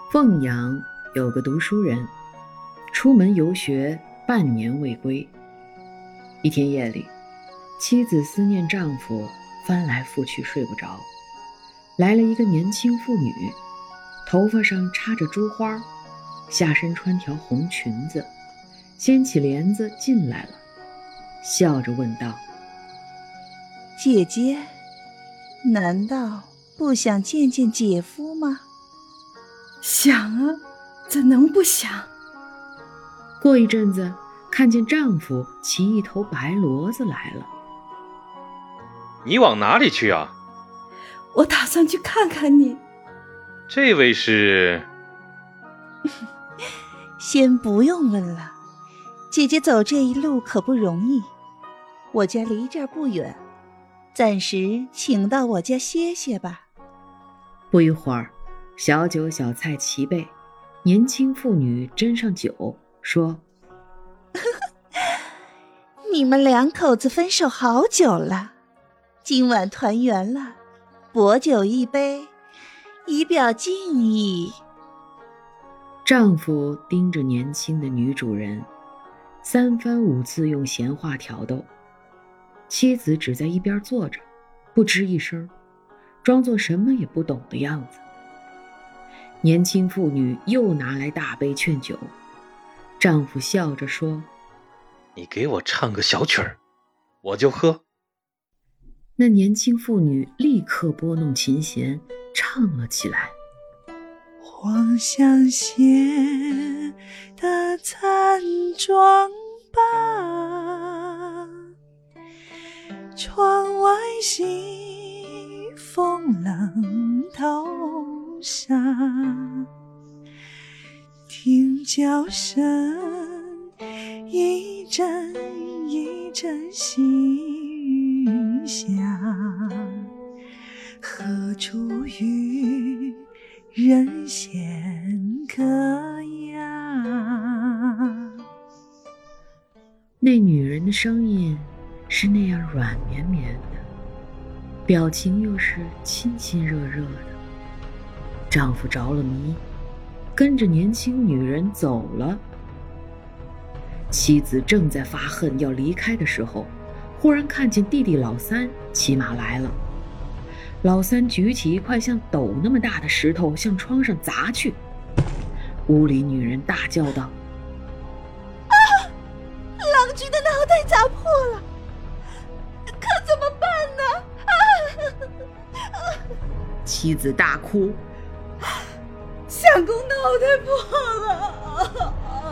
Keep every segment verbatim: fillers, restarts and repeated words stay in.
凤阳有个读书人，出门游学半年未归。一天夜里，妻子思念丈夫，翻来覆去睡不着。来了一个年轻妇女，头发上插着珠花，下身穿条红裙子，掀起帘子进来了，笑着问道： 姐姐，难道不想见见姐夫吗？ 想啊，怎能不想？ 过一阵子，看见丈夫骑一头白骡子来了。 你往哪里去啊？ 我打算去看看你。 这位是？ 先不用问了，姐姐走这一路可不容易。我家离这儿不远，暂时请到我家歇歇吧。 不一会儿，小酒小菜齐备，年轻妇女斟上酒，说： 你们两口子分手好久了，今晚团圆了，薄酒一杯，以表敬意。 丈夫盯着年轻的女主人，三番五次用闲话挑逗，妻子只在一边坐着，不吱一声，装作什么也不懂的样子。年轻妇女又拿来大杯劝酒，丈夫笑着说： 你给我唱个小曲儿，我就喝。 那年轻妇女立刻拨弄琴弦，唱了起来： 黄香斜的残妆罢，窗外西风冷透纱，听角声一阵一阵细雨下，何处与人闲可呀？ 那女人的声音是那样软绵绵的，表情又是亲亲热热的。丈夫着了迷，跟着年轻女人走了。妻子正在发恨要离开的时候，忽然看见弟弟老三骑马来了。老三举起一块像斗那么大的石头向窗上砸去。屋里女人大叫道： 啊！郎君的脑袋砸破了，可怎么办呢？啊！ 妻子大哭： 相公脑袋破了！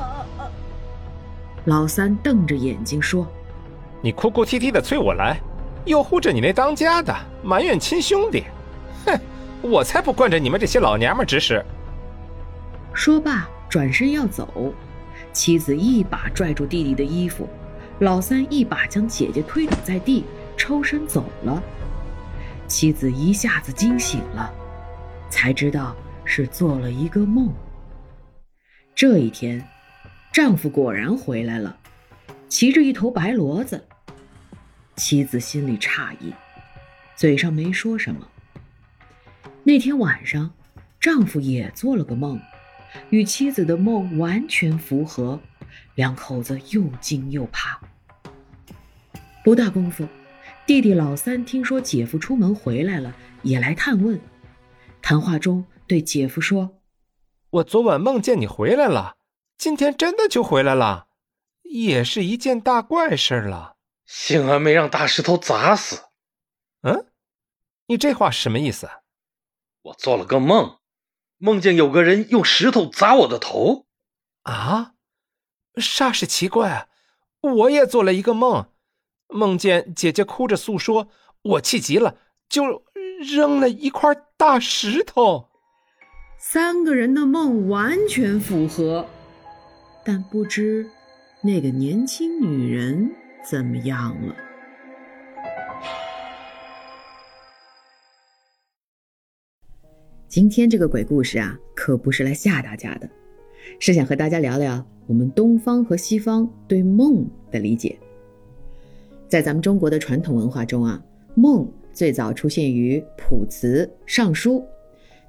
老三瞪着眼睛说： 你哭哭啼啼的催我来，又护着你那当家的，埋怨亲兄弟，哼，我才不惯着你们这些老娘们指使。 说罢转身要走，妻子一把拽住弟弟的衣服，老三一把将姐姐推倒在地，抽身走了。妻子一下子惊醒了，才知道是做了一个梦。这一天，丈夫果然回来了，骑着一头白骡子。妻子心里诧异，嘴上没说什么。那天晚上，丈夫也做了个梦，与妻子的梦完全符合，两口子又惊又怕。不大功夫，弟弟老三听说姐夫出门回来了，也来探问。谈话中对姐夫说： 我昨晚梦见你回来了，今天真的就回来了，也是一件大怪事了。 幸而没让大石头砸死。 嗯，你这话是什么意思？ 我做了个梦，梦见有个人用石头砸我的头。 啊，煞是奇怪，我也做了一个梦，梦见姐姐哭着诉说，我气急了，就扔了一块大石头。 三个人的梦完全符合，但不知那个年轻女人怎么样了。今天这个鬼故事啊，可不是来吓大家的，是想和大家聊聊我们东方和西方对梦的理解。在咱们中国的传统文化中啊，梦最早出现于卜辞、尚书，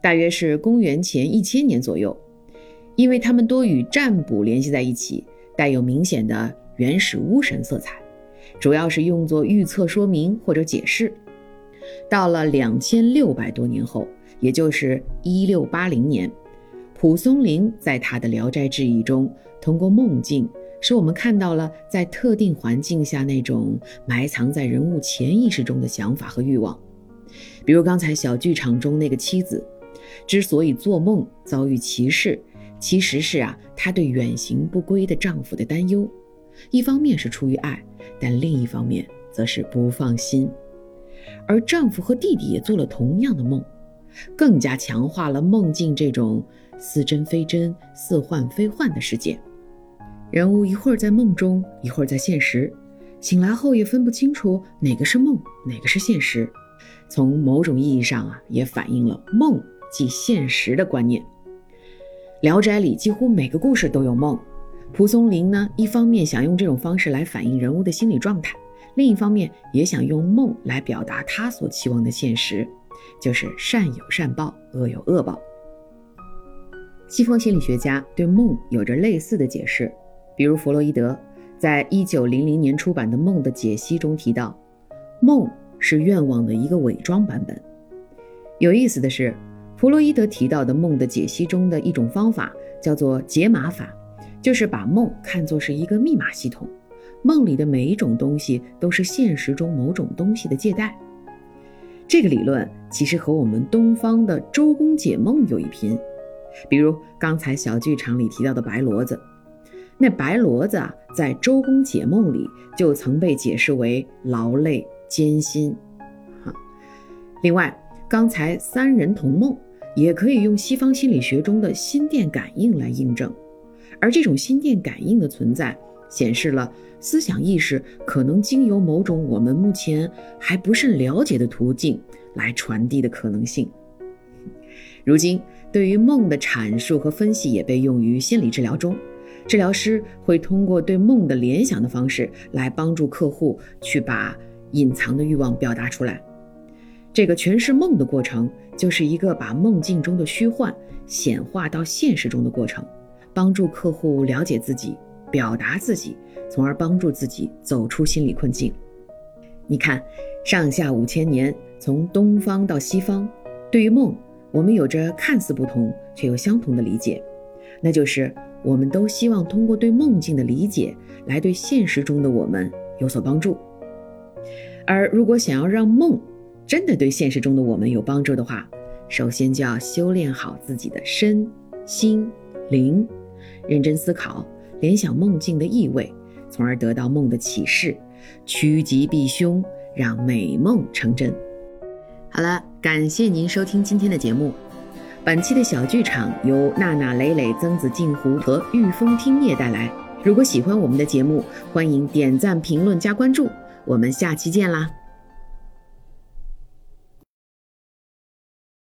大约是公元前一千年左右，因为它们多与占卜联系在一起，带有明显的原始巫神色彩，主要是用作预测说明或者解释。到了两千六百多年后，也就是一六八零年，蒲松龄在他的《聊斋志异》中，通过梦境使我们看到了在特定环境下那种埋藏在人物潜意识中的想法和欲望。比如刚才小剧场中那个妻子，之所以做梦遭遇歧视，其实是啊，她对远行不归的丈夫的担忧，一方面是出于爱，但另一方面则是不放心。而丈夫和弟弟也做了同样的梦，更加强化了梦境这种似真非真、似幻非幻的世界。人物一会儿在梦中，一会儿在现实，醒来后也分不清楚哪个是梦，哪个是现实。从某种意义上啊，也反映了梦即现实的观念。聊斋里几乎每个故事都有梦，蒲松龄呢，一方面想用这种方式来反映人物的心理状态，另一方面也想用梦来表达他所期望的现实，就是善有善报，恶有恶报。西方心理学家对梦有着类似的解释，比如弗洛伊德在一九零零年出版的《梦的解析》中提到，梦是愿望的一个伪装版本。有意思的是，弗洛伊德提到的梦的解析中的一种方法叫做解码法，就是把梦看作是一个密码系统，梦里的每一种东西都是现实中某种东西的借代。这个理论其实和我们东方的周公解梦有一拼，比如刚才小剧场里提到的白骡子，那白骡子啊，在周公解梦里就曾被解释为劳累艰辛。另外，刚才三人同梦也可以用西方心理学中的心电感应来印证，而这种心电感应的存在显示了思想意识可能经由某种我们目前还不甚了解的途径来传递的可能性。如今对于梦的阐述和分析也被用于心理治疗中，治疗师会通过对梦的联想的方式来帮助客户去把隐藏的欲望表达出来。这个诠释梦的过程就是一个把梦境中的虚幻显化到现实中的过程，帮助客户了解自己，表达自己，从而帮助自己走出心理困境。你看，上下五千年，从东方到西方，对于梦我们有着看似不同却又相同的理解，那就是我们都希望通过对梦境的理解来对现实中的我们有所帮助。而如果想要让梦真的对现实中的我们有帮助的话，首先就要修炼好自己的身心灵，认真思考，联想梦境的意味，从而得到梦的启示，趋吉避凶，让美梦成真。好了，感谢您收听今天的节目。本期的小剧场由娜娜、磊磊、曾子、镜湖和御风听夜带来。如果喜欢我们的节目，欢迎点赞、评论、加关注。我们下期见啦！